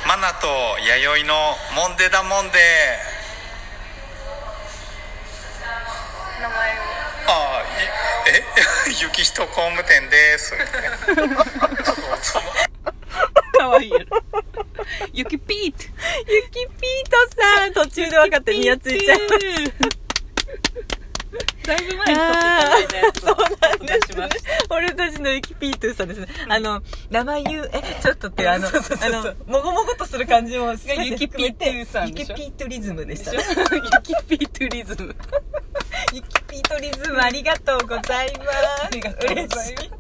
マナと弥生のモンデダモンデ。 名前を雪人工務店ですかわいいやろゆきピートさん、途中で分かってニヤついちゃうだいぶ前に撮っていただいたやつをそうなんです出しました。 俺たちのユキピートゥーさんですね。名前言う、ちょっとってそうもごもごとする感じもすべてユキピートゥーさんユでしょ。 キピートリズムでしたね。 ユキピートリズム。 ユキピートリズムありがとうございます。 ありがとうございます。 嬉しい。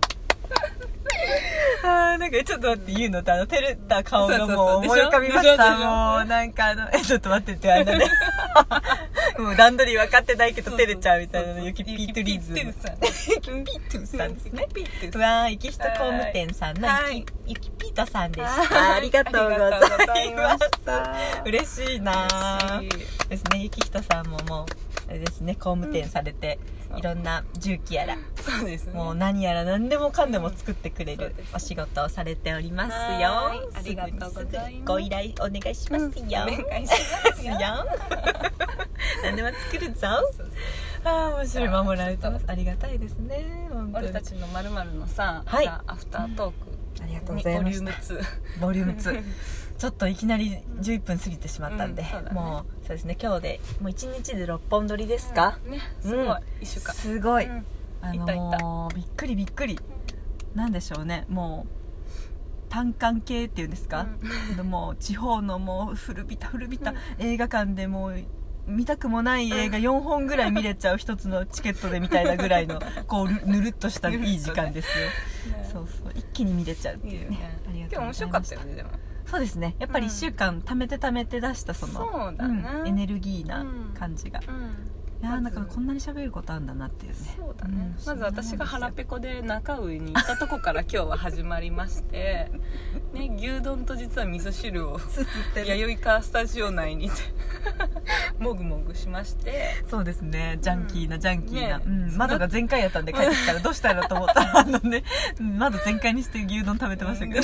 なんかちょっと待って言うのと照れた顔がもう思い浮かびました。もうなんかちょっと待ってってねもう段取り分かってないけど照れちゃうみたいなのユキピートリズム。ユキピートさんですね。うわー、雪下工務店さんのユキピートさんでした。ありがとうございました。嬉しいなですね。雪下さんももうあれですね、工務店されて、いろんな重機やら、 そうですね、 もう何やら何でもかんでも作ってくれるお仕事をされておりますよ。 ありがとうございます。 ご依頼お願いしますよ。 お願いしますよ何でも作るぞ。面白い、守られてます。ありがたいですね。 俺たちの〇〇のさ、 はい、 アフタートーク、 ありがとうございました。ボリューム2ちょっといきなり11分過ぎてしまったんで、もうそうですね、今日でもう1日で6本撮りですか、 ね、すごい、1週間すごい、 いびっくりびっくり、なんでしょうね、もう単館系っていうんですか、もう地方のもう古びた映画館でもう見たくもない映画4本ぐらい見れちゃう一つのチケットでみたいなぐらいのこうぬるっとしたいい時間ですよそうそう、一気に見れちゃうっていうね。ありがとうございました。 今日面白かったよね。でもそうですね、やっぱり1週間貯めて出したそのそうだね、 エネルギーな感じが、いやだからこんなに喋ることあるんだなっていうね。 そうだね、まず私が腹ペコで中上に行ったとこから今日は始まりましてね、牛丼と実は味噌汁を弥生川スタジオ内にもぐもぐしまして、 そうですね、ジャンキーな、窓が全開やったんで帰ってきたらどうしたらと思ったら窓全開にして牛丼食べてましたけど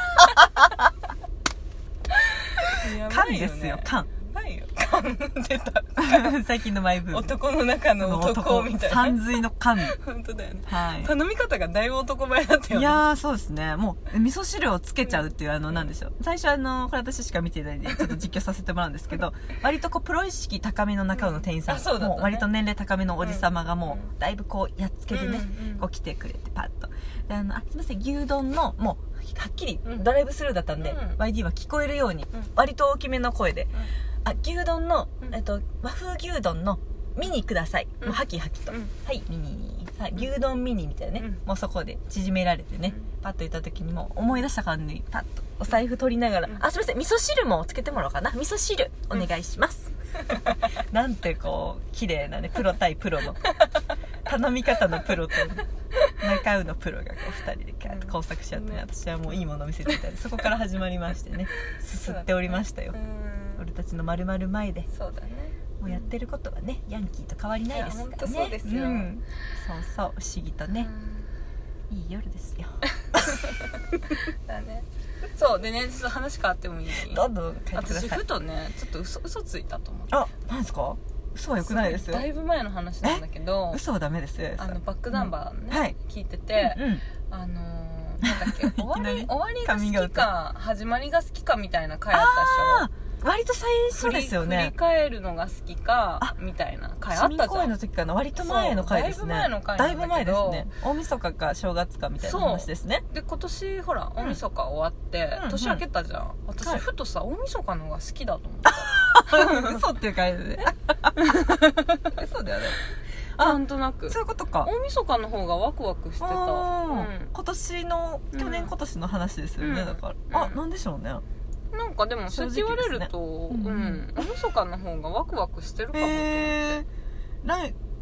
缶ですよ、缶出た最近のマイブーム、 男の中の男みたいな、 さんずいの缶本当だよね、 はい、 頼み方がだいぶ男前だったよね。 いやー、そうですね、もう味噌汁をつけちゃうっていうなんでしょう、最初これ私しか見てないんでちょっと実況させてもらうんですけど割とこうプロ意識高めの中の店員さん、 そうだったね、 もう割と年齢高めのおじさまがもうだいぶこうやっつけでね、こう来てくれてパッとで、すいません、牛丼のもうはっきりドライブスルーだったんで、YD は聞こえるように、割と大きめの声で、牛丼の、和風牛丼のミニください、もうハキハキと、はいミニ、はい、牛丼ミニみたいなね、もうそこで縮められてね、パッといった時にもう思い出した感じにパッとお財布取りながら、すいません、味噌汁もつけてもらおうかな、味噌汁お願いします、なんてこう綺麗なね、プロ対プロの頼み方のプロと中尾のプロがこう2人で工作し合って、私はもういいものを見せていたり、そこから始まりましてね、すすっておりましたよ、俺たちの丸々前で。 そうだね、 もうやってることはね、ヤンキーと変わりないですからね。 本当そうですよ、 そう不思議とね、いい夜ですよだね。そうでね、ちょっと話変わってもいい？ どんどん書いてください。 私ふとね、ちょっと嘘ついたと思って。 なんですか？嘘は良くないですよ。 だいぶ前の話なんだけど、 嘘はダメですよ。 バックナンバーね、聞いてて、なんだっけ、終わりが好きか始まりが好きかみたいな回あったでしょ。 割と最初ですよね。 振り返るのが好きかみたいな回あったじゃん。市民公演の時かな、割と前の回ですね。 だいぶ前の回だいぶ前ですね。大晦日か正月かみたいな話ですね。 で今年ほら大晦日終わって年明けたじゃん。私ふとさ、大晦日の方が好きだと思った。 嘘っていうかね。嘘だよね。 なんとなくそういうことか。 大晦日の方がワクワクしてた。 今年今年の話ですよね。だからなんでしょうね。 なんかでもそう言われると、大晦日の方がワクワクしてるかもと思って。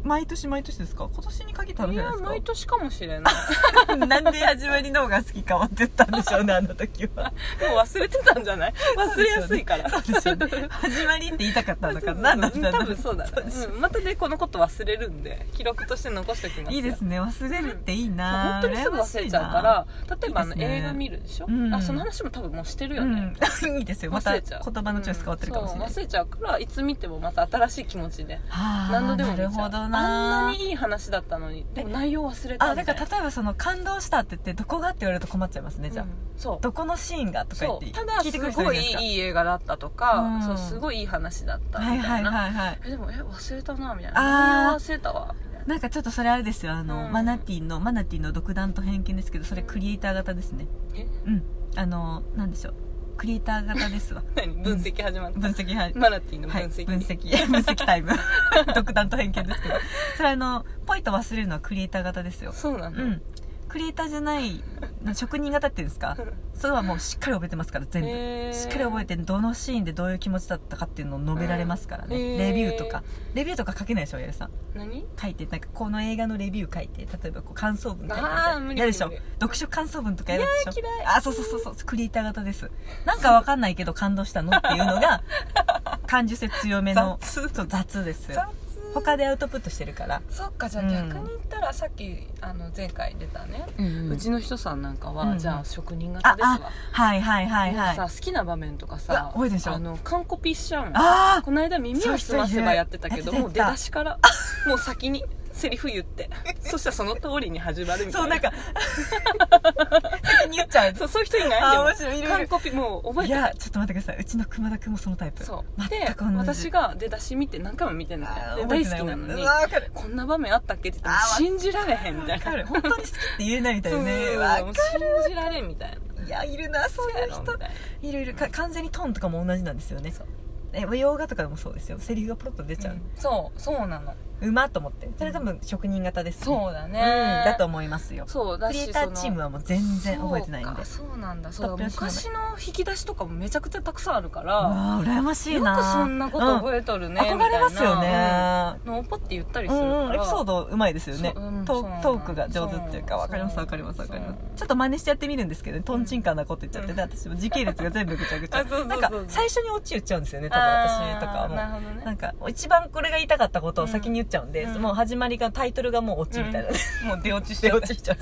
毎年ですか？今年に限ったんじゃないですか？ 毎年かもしれないなんで始まりの方が好きかはって言ったんでしょうね、あの時は。 もう忘れてたんじゃない？忘れやすいからそうですよね。始まりって言いたかったのかな。何だったんだろう。 多分そうだね。またねこのこと忘れるんで記録として残しておきますよ。 いいですね、忘れるっていいな。 本当にすぐ忘れちゃうから、例えばいいですね映画見るでしょ、 うんその話も多分もうしてるよね、 いいですよ。また言忘れちゃう葉のチョイス変わってるかもしれない。 そう忘れちゃうからいつ見てもまた新しい気持ちではあ、 何度でも見ちゃう。 なるほどあんな。 なにいい話だったのにでも内容忘れたあ、 みたいな。 だから例えばその感動したって言ってどこがって言われると困っちゃいますね。じゃあ、 そうどこのシーンがとか言ってただ聞いてくるすごい人いるじゃないですか。 いい映画だったとか、 うんそうすごいいい話だったみたいな、 はいはいはいはい。 でも忘れたなみたいあーな、内容忘れたわみたいな。 なんかちょっとそれあれですよ、マナティーの独断と偏見ですけど、それクリエイター型ですね。なんでしょう、クリエイター型ですわ。 何分析始まった、 分析はいマナティーの分析、 はい、分析タイム独断と偏見ですけど、それポイと忘れるのはクリエイター型ですよ。 そうなの、 クリエイターじゃない職人型っていうんですか、それはもうしっかり覚えてますから、全部しっかり覚えて、どのシーンでどういう気持ちだったかっていうのを述べられますからね。レビューとか書けないでしょ、やるさん。 何書いて、なんかこの映画のレビュー書いて、例えばこう感想文書いて無理やるでしょ。 無理読書感想文とかやるでしょ。 嫌いあ、そうクリエイター型です。なんかわかんないけど感動したのっていうのが感受性強めの雑ですよ。他でアウトプットしてるから。 そっか、じゃあ逆に言ったら、さっき前回出たね、うちの人さんなんかは、じゃあ職人型ですわ。 はいはいはいはい。 さ、好きな場面とかさ、 多いでしょ。 完コピしちゃうもん。 あ、 この間耳をすませばやってたけど、もう出だしからもう先にセリフ言ってそしたらその通りに始まるみたいな。 そう、なんか先に言っちゃう。 そういう人いない？ あ、面白い。 完コピもう覚えてる。 いや、ちょっと待ってください。うちの熊田くんもそのタイプ。 そうで、 全く同じ。 私が出だし見て何回も見てんだよ。大好きなのに、こんな場面あったっけって言っても信じられへんみたいな。 本当に好きって言えないみたいなね。 信じられんみたいな。 いや、いるな、そういう人。いろいろ完全にトーンとかも同じなんですよね。洋画とかでもそうですよ。セリフがポロッと出ちゃう。 そうなの。 うまっと思って。それ多分職人型ですね。 そうだね。 だと思いますよ。 そうだし、 クリエイターチームはもう全然覚えてないんで。 そうなんだ。そう、昔の引き出しとかもめちゃくちゃたくさんあるから。 わあ、羨ましいな。 よくそんなこと覚えとるね。 憧れますよね。 のポって言ったりするから。 エピソードうまいですよね。トークが上手っていうか、わかります。ちょっと真似してやってみるんですけど、トンチンカンなこと言っちゃってね、私も時系列が全部ぐちゃぐちゃ。なんか最初にオチ言っちゃうんですよね、多分私とかはもう。なんか一番これが言いたかったことを先に言っちゃうんで、もう始まりがタイトルがもうオチみたいな。 もう出落ちしちゃう。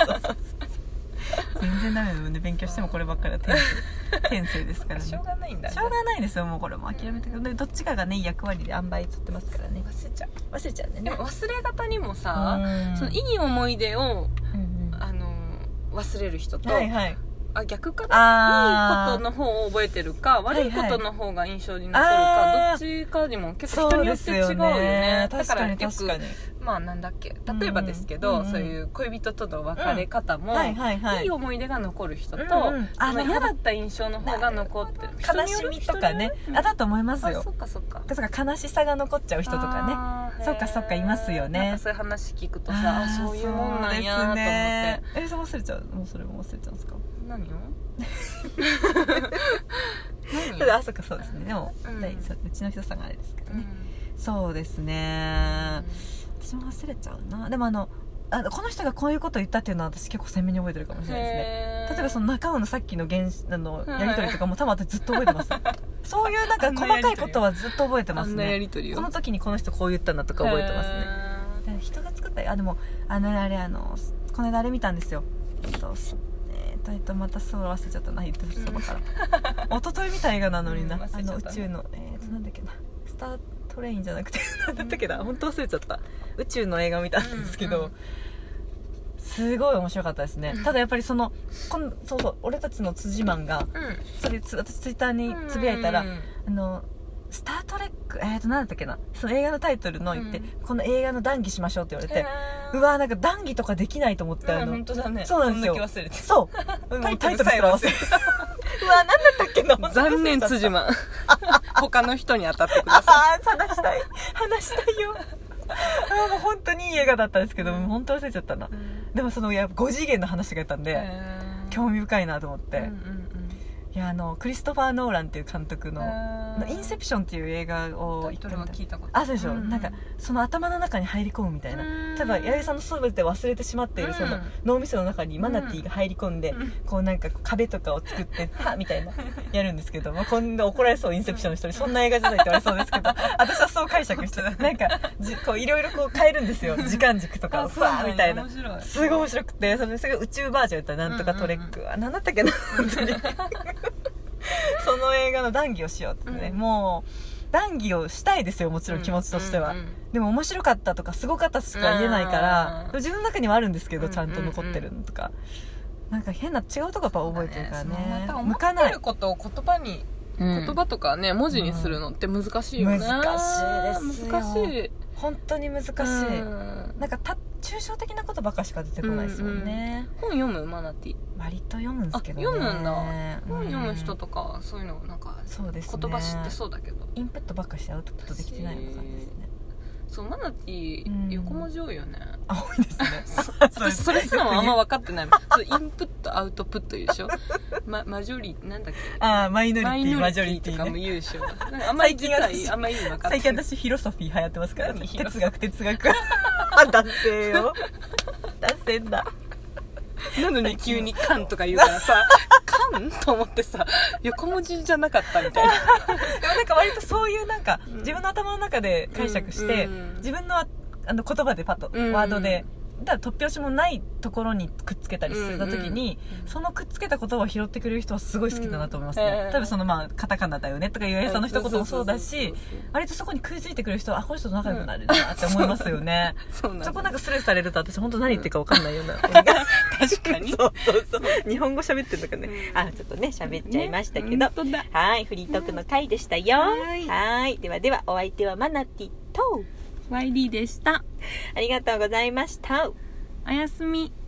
全然ダメなので、勉強してもこればっかりは天性ですからね。 しょうがないんだね。 しょうがないですよ、もうこれも諦めてくる。どっちかがね、役割で塩梅取ってますからね。忘れちゃうね。 でも忘れ方にもさ、そのいい思い出を忘れる人と、逆かな、いいことの方を覚えてるか、悪いことの方が印象に残るか、どっちかにも結構人によって違うよね。だからよく、まあなんだっけ、例えばですけど、そういう恋人との別れ方も、いい思い出が残る人と、嫌だった印象の方が残ってる。 悲しみとかね、だと思いますよ。 そっかそっか。 悲しさが残っちゃう人とかね。そっかいますよね。 なんかそういう話聞くとさ、そういうもんなんやと思って。 そう忘れちゃう。もうそれも忘れちゃうんですか？ 何をあ、そっか、そうですね。でもうちの人さんがあれですけどね。そうですね。私も忘れちゃうな。でもこの人がこういうことを言ったっていうのは私結構鮮明に覚えてるかもしれないですね。例えばその中尾のさっきのやり取りとかも多分私ずっと覚えてます。そういうなんか細かいことはずっと覚えてますね。この時にこの人こう言ったんだとか覚えてますね。人が作ったでもこの間あれ見たんですよ。またそう忘れちゃったな、言ってるそばから一昨日見た映画なのにな、宇宙のなんだっけな、スタートレインじゃなくてなんだったっけな、本当忘れちゃった。宇宙の映画見たんですけど、すごい面白かったですね。ただやっぱりそう俺たちの辻マンがそれ私ツイッターにつぶやいたら、スタートレックなんだったっけな、その映画のタイトルの言って、この映画の談義しましょうって言われて、うわー、なんか談義とかできないと思って、 本当だね。 そうなんですよ。 そんだけ忘れて。 そうタイトルさえ忘れてうわー、なんだったっけな。 残念、辻マン。他の人に当たってください。 話したいよ。もう本当にいい映画だったんですけど、本当忘れちゃったな。でも5次元の話がやったんで興味深いなと思って、 いやクリストファー・ノーランっていう監督のインセプションっていう映画をタイトルは聞いたことあそうでしょ、なんかその頭の中に入り込むみたいな、例えば弥生さんの全て忘れてしまっているその脳みその中にマナティーが入り込んで、こうなんか壁とかを作ってはみたいなやるんですけど、今度怒られそうインセプションの人にそんな映画じゃないって言われそうですけど私はそう解釈してなんかこういろいろこう変えるんですよ時間軸とかをファーみたいな、すごい面白くて、それが宇宙バージョンやったらなんとかトレック、何だったっけな本当にその映画の談義をしようってね、もう談義をしたいですよもちろん気持ちとしては、でも面白かったとかすごかったしか言えないから自分の中にはあるんですけど、ちゃんと残ってるのとか、なんか変な違うとこやっぱ覚えてるからね、 向かない思ってることを言葉とかね文字にするのって難しいよね、 難しいですよ、 難しい、 本当に難しい、なんか抽象的なことばっかしか出てこないですもんね、 本読むマナティ割と読むんですけどね。 読むんだ、本読む人とかそういうのなんかそうですね、 言葉知ってそうだけどインプットばっかしてアウトプットできてないような感じですね。 そうマナティ横文字多いよね、 多いですね私それすらもあんま分かってないもんそうインプットアウトプット言うでしょ、マジョリなんだっけ、 マイノリティマジョリティとかも言うでしょ、あんまり実はあんまり分かってない。 最近私フィロソフィー流行ってますから、哲学男性よ男性だなのに急にカンとか言うからさカンと思ってさ横文字じゃなかったみたいなでもなんか割とそういうなんか自分の頭の中で解釈して、自分の言葉でパッとワードでだから突拍子もないところにくっつけたりしてた時に、そのくっつけた言葉を拾ってくれる人はすごい好きだなと思いますね、多分そのカタカナだよねとかいうさんの一言もそうだし、割とそこに食いついてくれる人はこの人と仲良くなれるなって思いますよねそこなんかスルーされると私本当何言ってるか分かんないような、 確かにそう日本語喋ってるのかね、ちょっとね喋っちゃいましたけど、はいフリートークの回でしたよ、はいではお相手はマナティと YD でした。 ありがとうございました。 おやすみ。